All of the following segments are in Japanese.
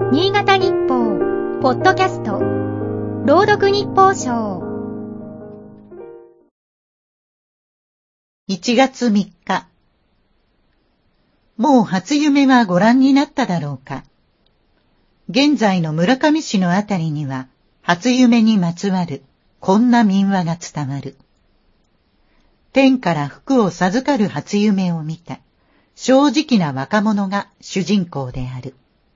新潟日報ポッドキャスト朗読日報賞 1月3日。もう初夢はご覧になっただろうか。現在の村上市のあたりには初夢にまつわるこんな民話が伝わる。天から福を授かる初夢を見た正直な若者が主人公である。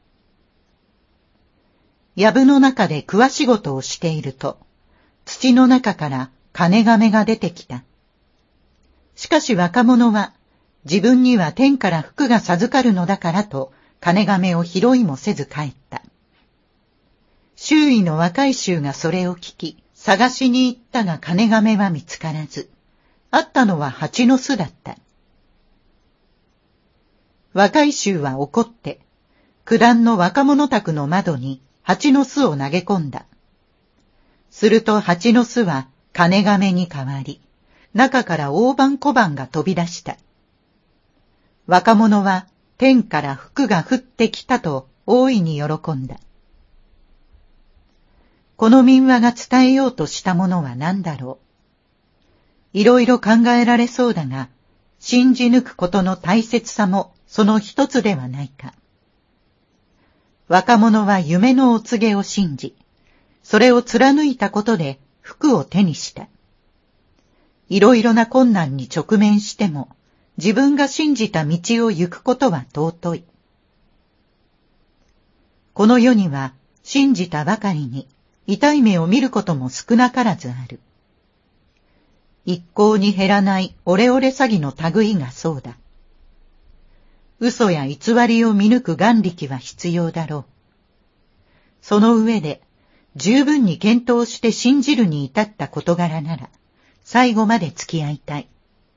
藪の中で桑仕事をしていると、土の中から金亀が出てきた。しかし若者は、自分には天から福が授かるのだからと、金亀を拾いもせず帰った。周囲の若い衆がそれを聞き、探しに行ったが金亀は見つからず、あったのは蜂の巣だった。若い衆は怒って、九段の若者宅の窓に蜂の巣を投げ込んだ。すると蜂の巣は金亀に変わり、中から大判小判が飛び出した。若者は天から福が降ってきたと大いに喜んだ。この民話が伝えようとしたものは何だろう。いろいろ考えられそうだが、信じ抜くことの大切さもその一つではないか。若者は夢のお告げを信じ、それを貫いたことで福を手にした。いろいろな困難に直面しても、自分が信じた道を行くことは尊い。この世には信じたばかりに痛い目を見ることも少なからずある。一向に減らないオレオレ詐欺の類がそうだ。嘘や偽りを見抜く眼力は必要だろう。その上で、十分に検討して信じるに至った事柄なら、最後まで付き合いたい。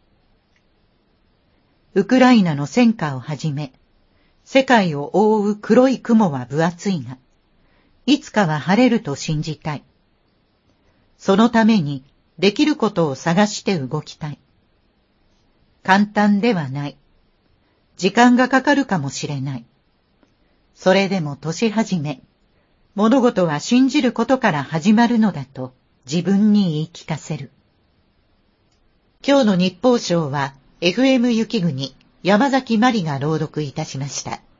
ウクライナの戦火をはじめ、世界を覆う黒い雲は分厚いが、いつかは晴れると信じたい。そのために、できることを探して動きたい。簡単ではない。時間がかかるかもしれない。それでも年始め、物事は信じることから始まるのだと自分に言い聞かせる。今日の日報賞は FM 雪国山崎まりが朗読いたしました。